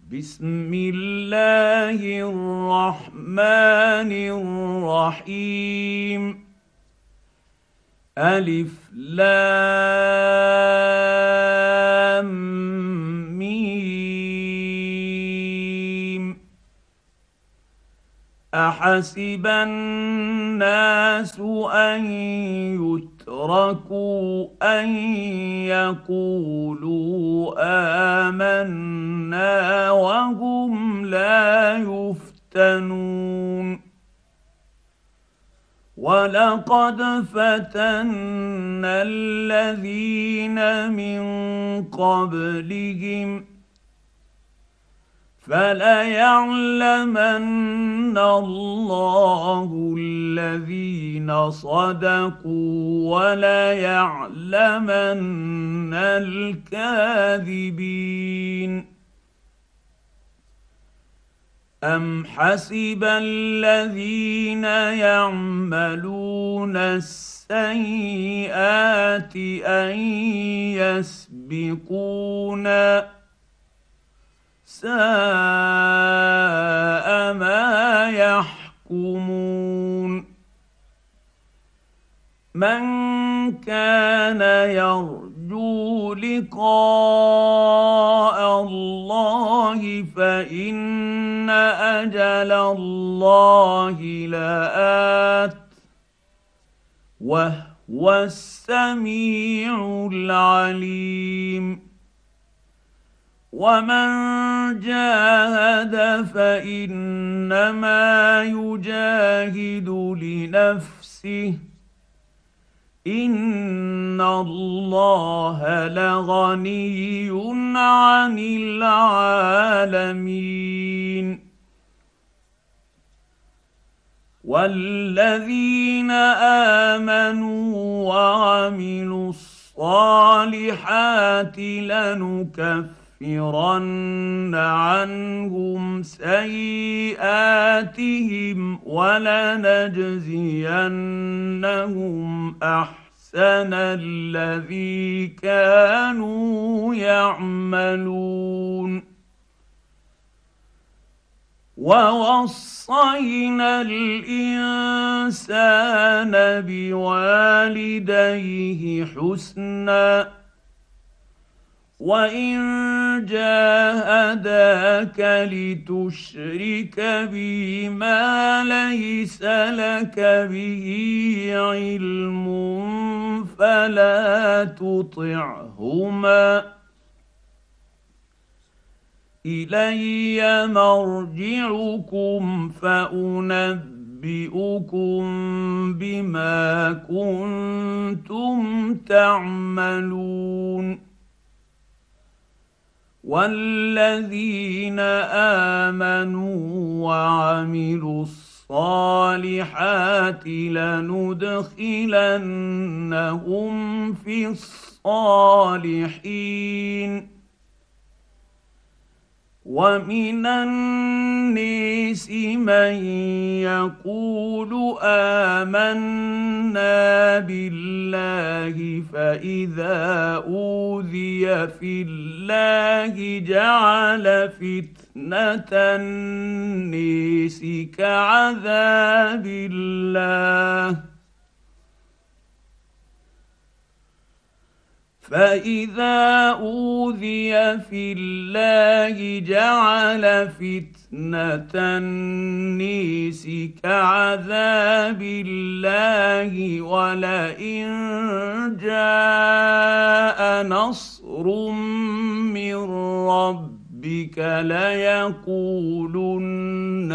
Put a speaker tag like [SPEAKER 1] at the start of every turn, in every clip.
[SPEAKER 1] بسم الله الرحمن الرحيم. ألف لام ميم. أحسب الناس أن يتركوا أن يقولوا آمنا وهم لا يفتنون. ولقد فتنا الذين من قبلهم فليعلمن الله الذين صدقوا وليعلمن الكاذبين. أم حسب الذين يعملون السيئات أن يسبقونا ساء ما يحكمون. من كان يرجو لقاء الله فإن أجل الله لآت وهو السميع العليم. ومن جاهد فإنما يجاهد لنفسه إن الله لغني عن العالمين. والذين آمنوا وعملوا الصالحات لنكفرن عنهم سيئاتهم ولنجزينهم أحسن الذي كانوا يعملون. ووصينا الإنسان بوالديه حسنا وإن جاهداك لتشرك بي ما ليس لك به علم فلا تطعهما إلي مرجعكم فأنبئكم بما كنتم تعملون. والذين آمنوا وعملوا الصالحات لندخلنهم في الصالحين. ومن الناس من يقول آمنا بالله فإذا أوذي في الله جعل فتنة الناس كعذاب الله فإذا أوذي في الله جعل فتنة الناس كعذاب الله ولئن جاء نصر من ربك ليقولن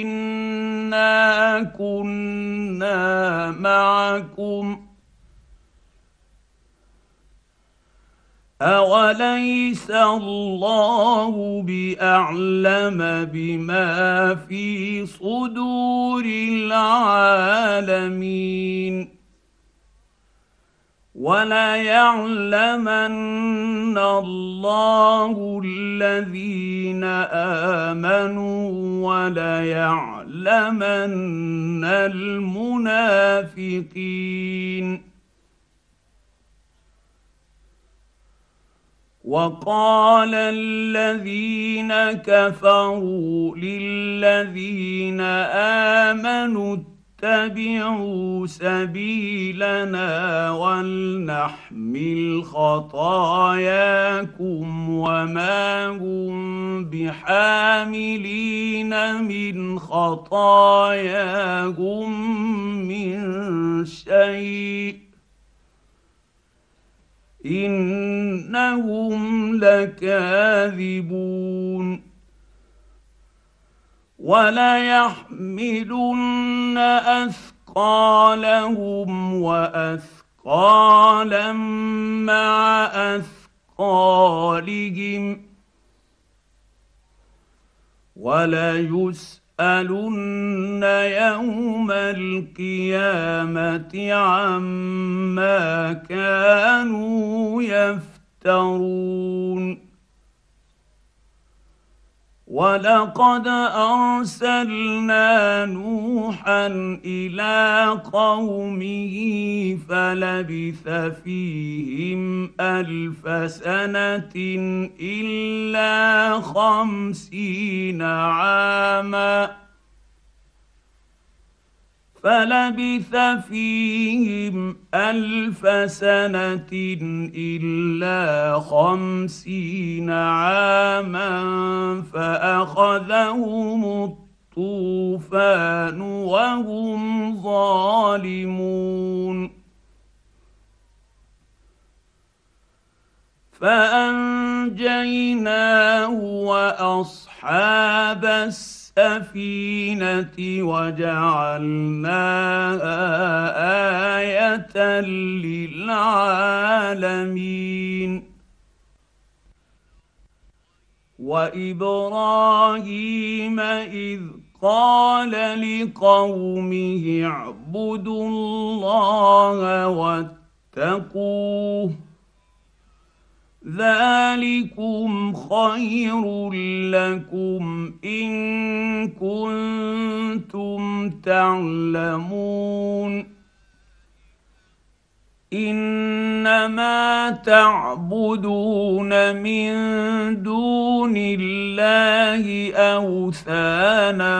[SPEAKER 1] إنا كنا معكم أوليس الله بأعلم بما في صدور العالمين. وليعلمن الله الذين آمنوا وليعلمن المنافقين. وقال الذين كفروا للذين امنوا اتبعوا سبيلنا ولنحمل خطاياكم وما هم بحاملين من خطاياهم من شيء انهم لكاذبون وليحملن اثقالهم واثقالا مع اثقالهم وليسالن يوم القيامه عما كانوا يفترون ولقد ارسلنا نوحا الى قومه فلبث فيهم 1000 سنه الا 50 عاما فلبث فيهم 1000 سنة إلا 50 عاما فأخذهم الطوفان وهم ظالمون فأنجيناه وأصحاب السفينة وجعلناها آية للعالمين وإبراهيم إذ قال لقومه اعبدوا الله واتقوه ذلكم خير لكم إن كنتم تعلمون إنما تعبدون من دون الله أوثانا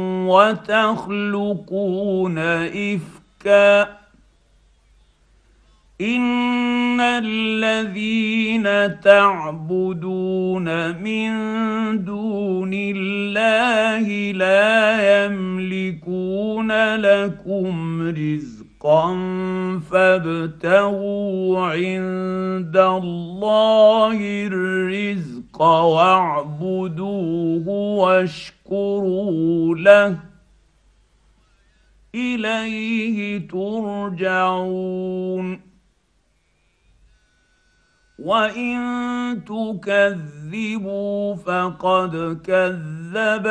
[SPEAKER 1] وتخلقون إفكا إن الذين تعبدون من دون الله لا يملكون لكم رزقا فابتغوا عند الله الرزق واعبدوه واشكروا له إليه ترجعون وإن تكذبوا فقد كذب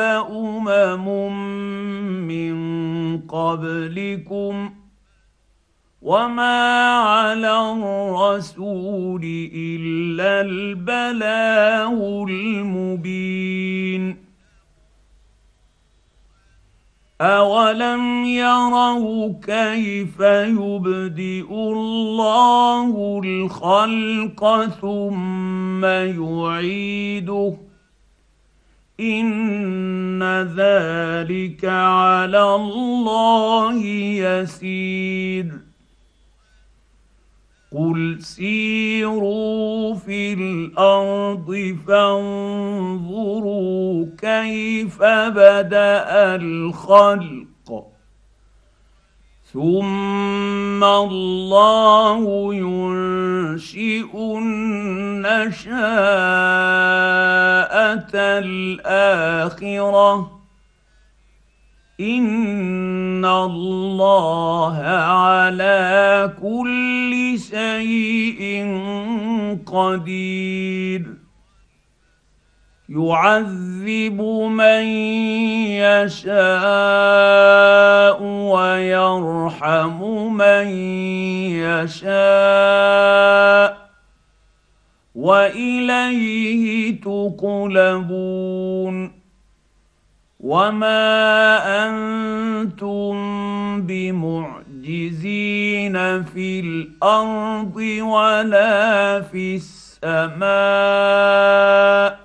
[SPEAKER 1] من قبلكم وما على الرسول إلا البلاغ المبين أولم يروا كيف يبدئ الله الخلق ثم يعيده إن ذلك على الله يسير قل سيروا في الأرض فانظروا كيف بدأ الخلق ثم الله ينشئ النشأة الآخرة إن الله على كل شيء قدير يعذب من يشاء ويرحم من يشاء وإليه تقلبون وما أنتم بمعجزين في الأرض ولا في السماء السماء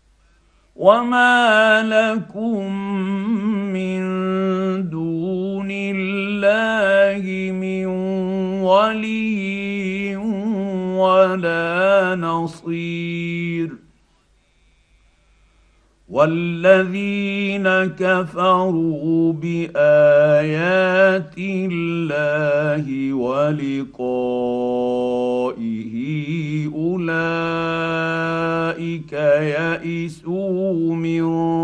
[SPEAKER 1] وما لكم من دون الله من ولي ولا نصير والذين كفروا بايات الله ولقائه اولئك يئسوا من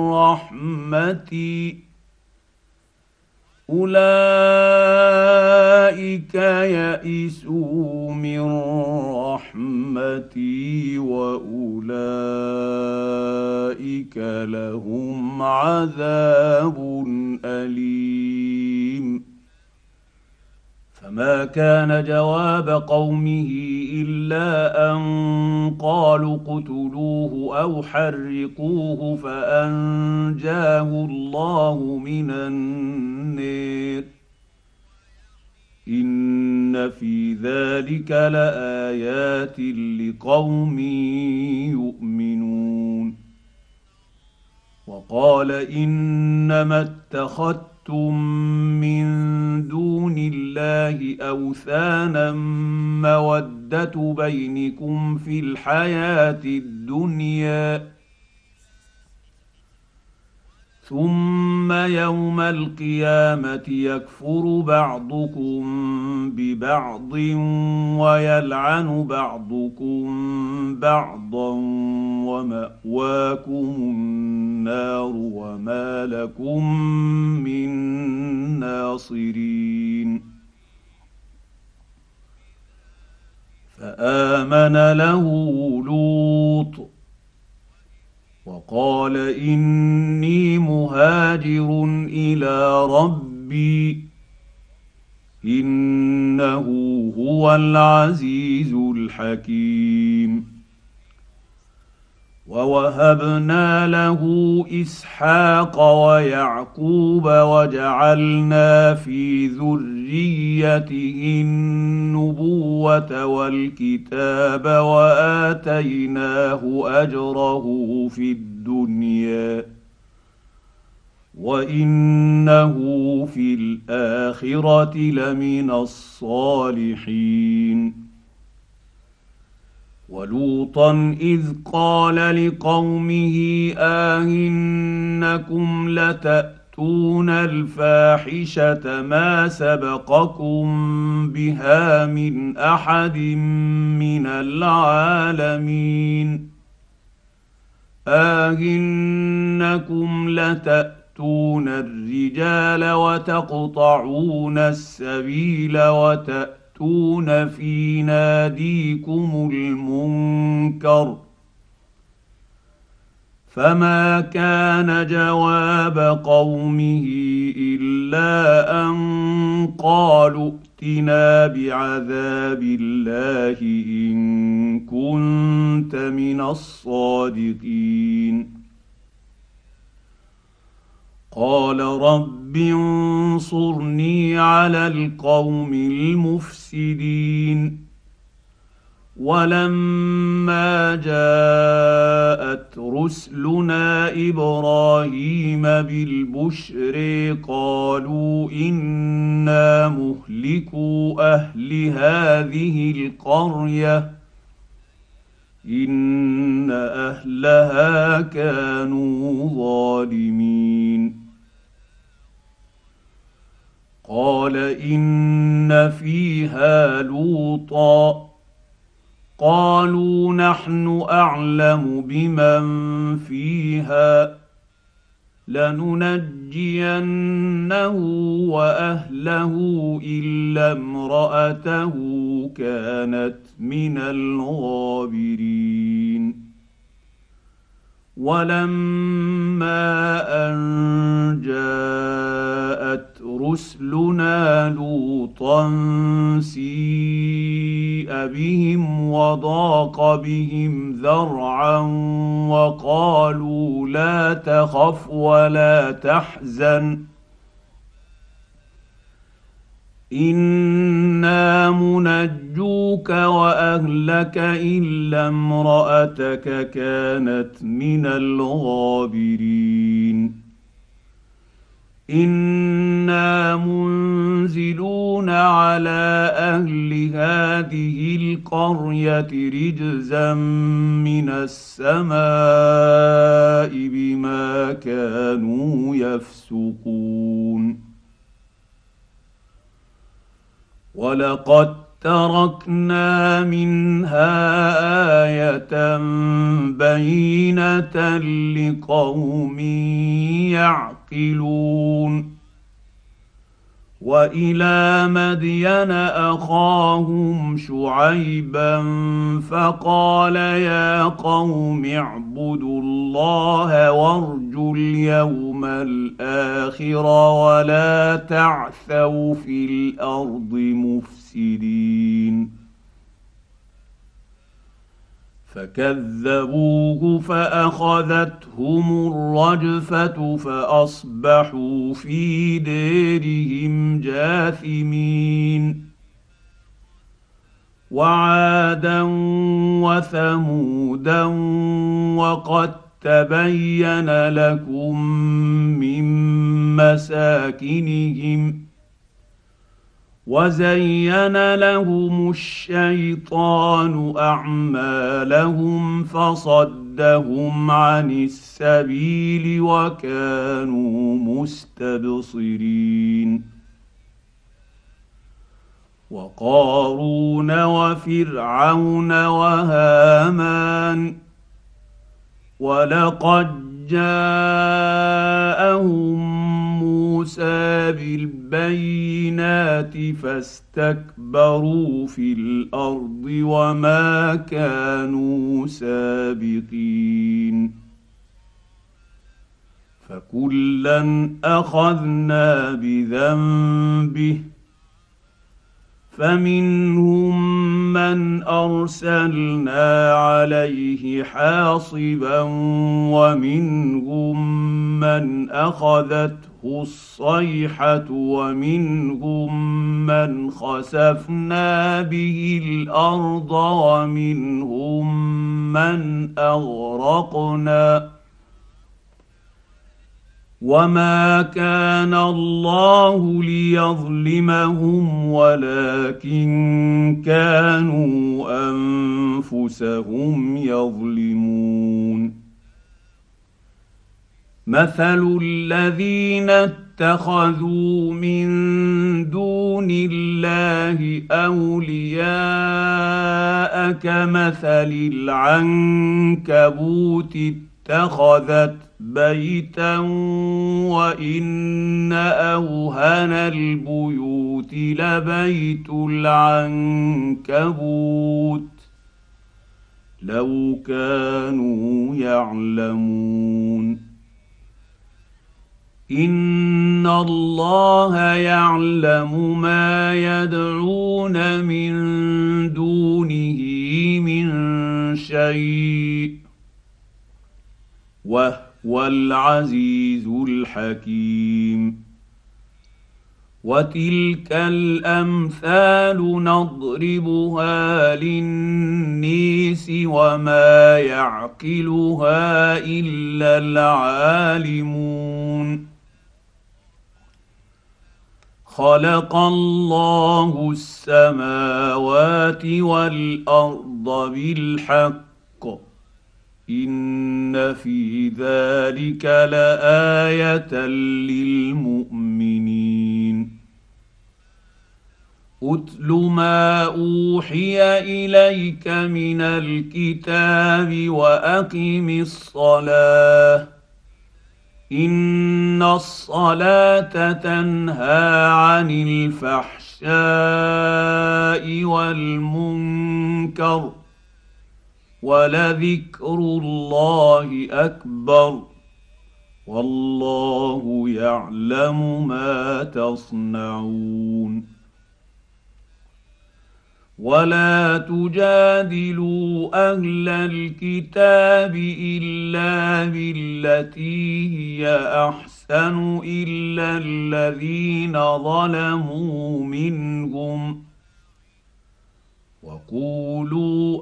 [SPEAKER 1] رحمتي واولئك لهم عذاب اليم فما كان جواب قومه الا ان قالوا اقتلوه او حرقوه فانجاه الله من النار ان في ذلك لايات لقوم يؤمنون وقال انما اتخذتم من دون الله اوثانا موده بينكم في الحياه الدنيا ثم يوم القيامه يكفر بعضكم ببعض ويلعن بعضكم بعضا وماواكم النار وما لكم من ناصرين فامن له لوط وقال اني مهاجر الى ربي انه هو العزيز الحكيم ووهبنا له اسحاق ويعقوب وجعلنا في ذريته النبوه والكتاب واتيناه اجره في الدنيا وانه في الاخره لمن الصالحين ولوطا اذ قال لقومه انكم لتاتون الفاحشه ما سبقكم بها من احد من العالمين انكم لتاتون الرجال وتقطعون السبيل وتاتون في ناديكم المنكر فما كان جواب قومه الا ان قالوا ائتنا بعذاب الله ان كنت من الصادقين قال رب انصرني على القوم المفسدين ولما جاءت رسلنا ابراهيم بالبشر قالوا انا مهلكو اهل هذه القريه ان اهلها كانوا ظالمين قال ان فيها لوطا قالوا نحن اعلم بمن فيها لننجينه واهله الا امراته كانت من الغابرين ولما ان جاءت رسلنا لوطا سيء بهم وضاق بهم ذرعا وقالوا لا تخف ولا تحزن انا منجوك واهلك الا امراتك كانت من الغابرين انا منزلون على اهل هذه القريه رجزا من السماء بما كانوا يفسقون ولقد تركنا منها ايه بينه لقوم يعقلون والى مدين اخاهم شعيبا فقال يا قوم اعبدوا الله وارجوا اليوم الاخر ولا تعثوا في الارض مفسدين فكذبوه فاخذتهم الرجفه فاصبحوا في ديرهم جاثمين وعادا وثمودا وقد تبين لكم من مساكنهم وزين لهم الشيطان اعمالهم فصدهم عن السبيل وكانوا مستبصرين وقارون وفرعون وهامان ولقد جاءهم موسى بالبينات فاستكبروا في الارض وما كانوا سابقين فكلا اخذنا بذنبه فمنهم من ارسلنا عليه حاصبا ومنهم من اخذته الصيحه ومنهم من خسفنا به الارض ومنهم من اغرقنا وما كان الله ليظلمهم ولكن كانوا انفسهم يظلمون مثل الذين اتخذوا من دون الله اولياء كمثل العنكبوت اتخذت بيتا وان اوهن البيوت لبيت العنكبوت لو كانوا يعلمون ان الله يعلم ما يدعون من دونه من شيء وهو العزيز الحكيم وتلك الامثال نضربها للناس وما يعقلها الا العالمون خلق الله السماوات والارض بالحق ان في ذلك لايه للمؤمنين اتل ما اوحي اليك من الكتاب واقم الصلاه ان الصلاه تنهى عن الفحشاء والمنكر ولذكر الله اكبر والله يعلم ما تصنعون ولا تجادلوا اهل الكتاب الا بالتي هي احسن احسن الا الذين ظلموا منهم وقولوا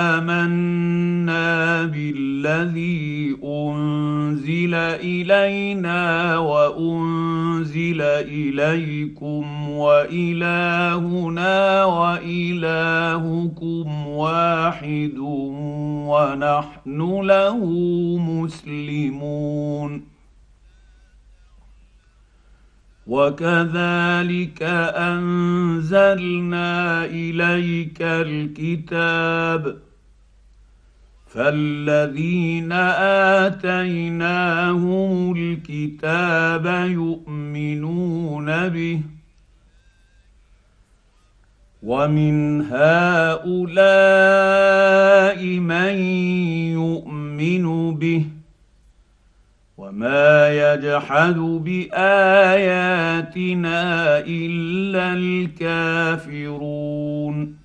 [SPEAKER 1] آمنا بالذي أنزل إلينا وأنزل إليكم وإلهنا وإلهكم واحد ونحن له مسلمون وكذلك أنزلنا إليك الكتاب فالذين آتيناهم الكتاب يؤمنون به ومن هؤلاء من يؤمن به وما يجحد بآياتنا إلا الكافرون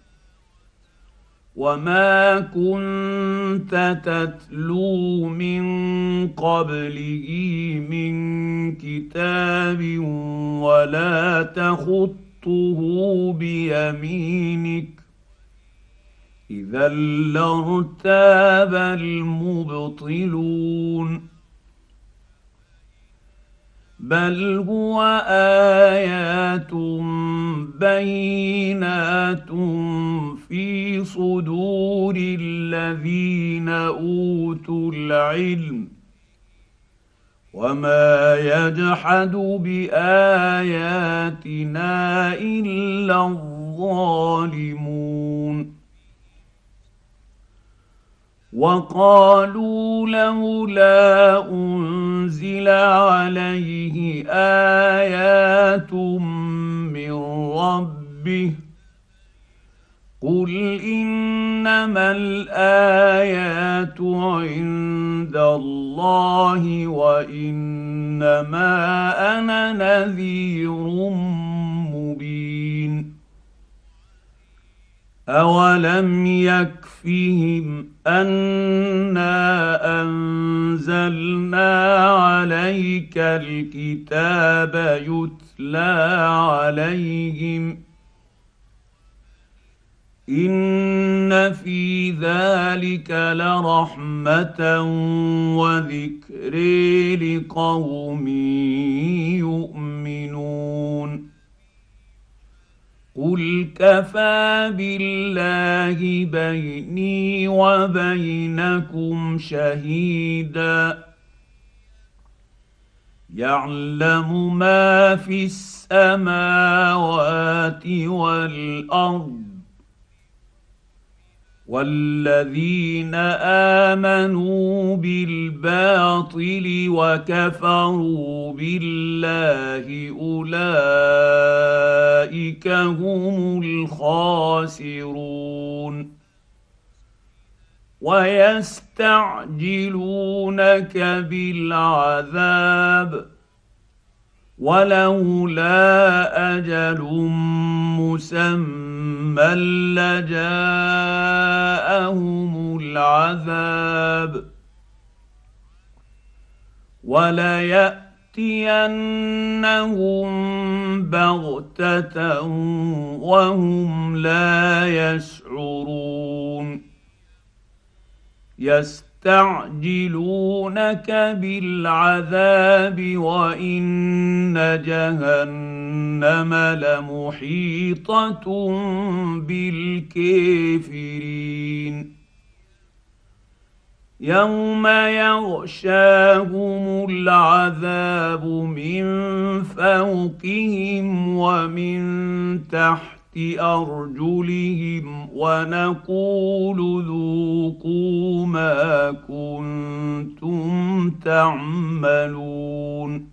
[SPEAKER 1] وما كنت تتلو من قبله من كتاب ولا تخطه بيمينك إذا لارتاب المبطلون بل هو آيات بينات في صدور الذين أوتوا العلم وما يجحد بآياتنا إلا الظالمون وقالوا لولا أنزل عليه آيات من ربه قل إنما الآيات عند الله وإنما أنا نذير مبين أولم يكفهم أنا أنزلنا عليك الكتاب يتلى عليهم إن في ذلك لرحمة وذكر لقوم يؤمنون قل كفى بالله بيني وبينكم شهيدا يعلم ما في السماوات والأرض والذين آمنوا بالباطل وكفروا بالله أولئك هم الخاسرون ويستعجلونك بالعذاب ولولا أجل مسمى لجاءهم العذاب وليأتينهم بغتة وهم لا يشعرون يستعجلونك بالعذاب وإن جهنم لمحيطة بالكافرين يوم يغشاهم العذاب من فوقهم ومن تحت أرجلهم ونقول ذوقوا ما كنتم تعملون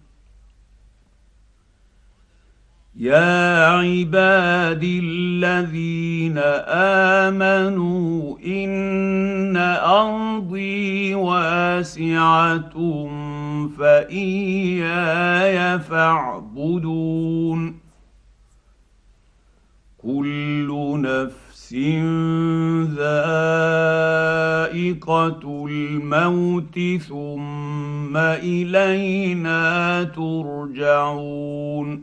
[SPEAKER 1] يا عبادي الذين آمنوا إن أرضي واسعة فإياي فاعبدون كل نفس نفس ذائقة الموت ثم إلينا ترجعون.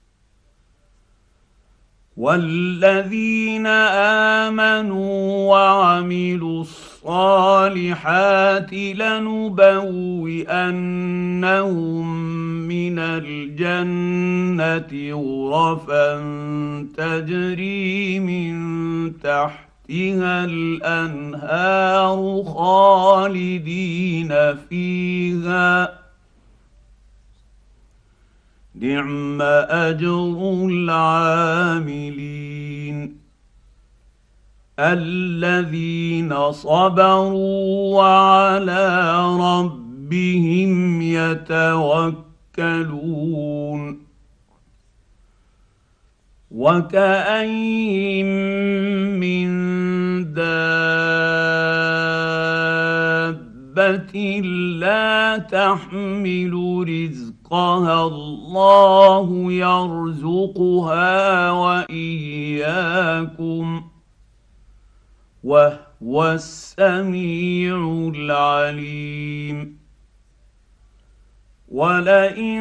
[SPEAKER 1] والذين آمنوا وعملوا الصالحات لنبوئنهم من الجنة غرفا تجري من تحتها الأنهار خالدين فيها، نعم أجر العاملين. الذين صبروا وعلى ربهم يتوكلون. وكأين من دابة لا تحمل رزقها الله يرزقها وإياكم وهو السميع العليم. ولئن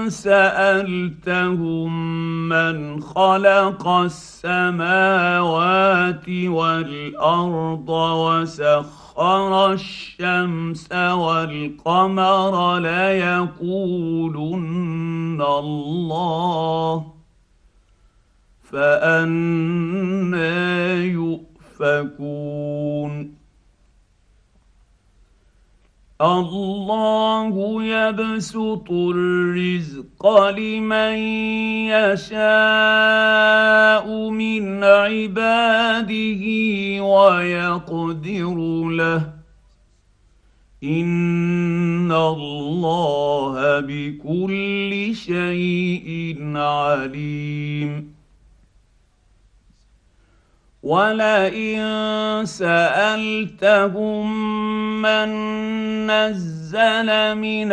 [SPEAKER 1] سألتهم من خلق السماوات والأرض وسخر الشمس والقمر ليقولن الله، فأنى يؤفكون. الله يبسط الرزق لمن يشاء من عباده ويقدر له، إن الله بكل شيء عليم. ولئن سألتهم من نزل من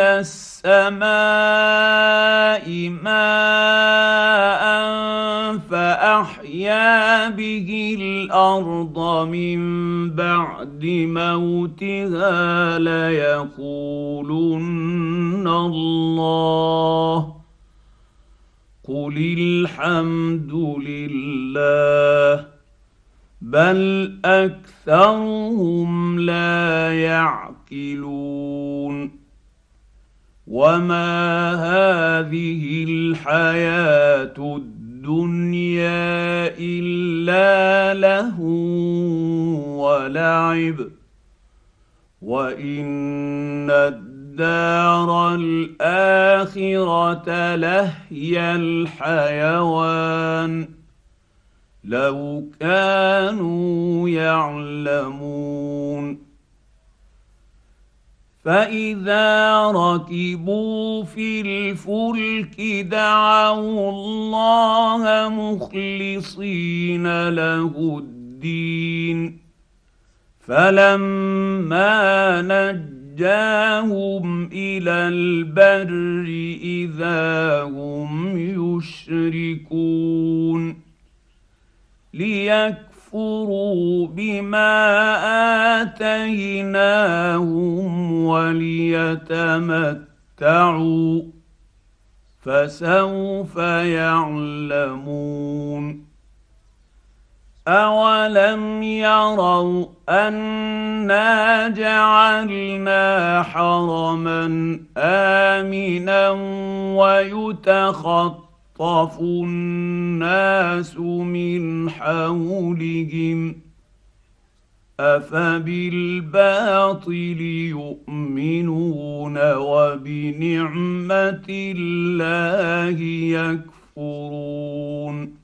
[SPEAKER 1] السماء ماء فأحيا به الأرض من بعد موتها ليقولن الله، قل الحمد لله، بل أكثرهم لا يعقلون. وما هذه الحياة الدنيا إلا لهو ولعب، وإن الدار الآخرة لهي الحيوان لو كانوا يعلمون. فإذا ركبوا في الفلك دعوا الله مخلصين له الدين، فلما نجاهم إلى البر إذا هم يشركون، ليكفروا بما آتيناهم وليتمتعوا، فسوف يعلمون. أولم يروا أنا جعلنا حرما آمنا ويتخطف الناس من حولهم، أفبالباطل يؤمنون وبنعمة الله يكفرون.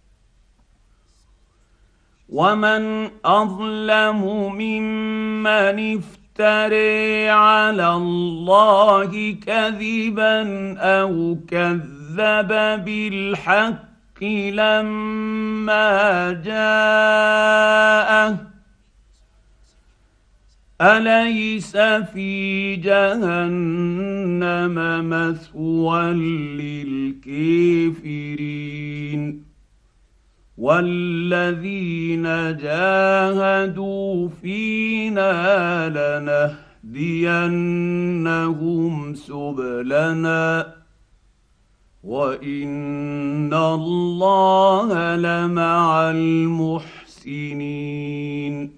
[SPEAKER 1] ومن أظلم ممن افترى على الله كذبا أو كذب بالحق لما جاءه، أليس في جهنم مثوى للكافرين، والذين جاهدوا فينا لنهدينهم سبلنا وان الله لمع المحسنين.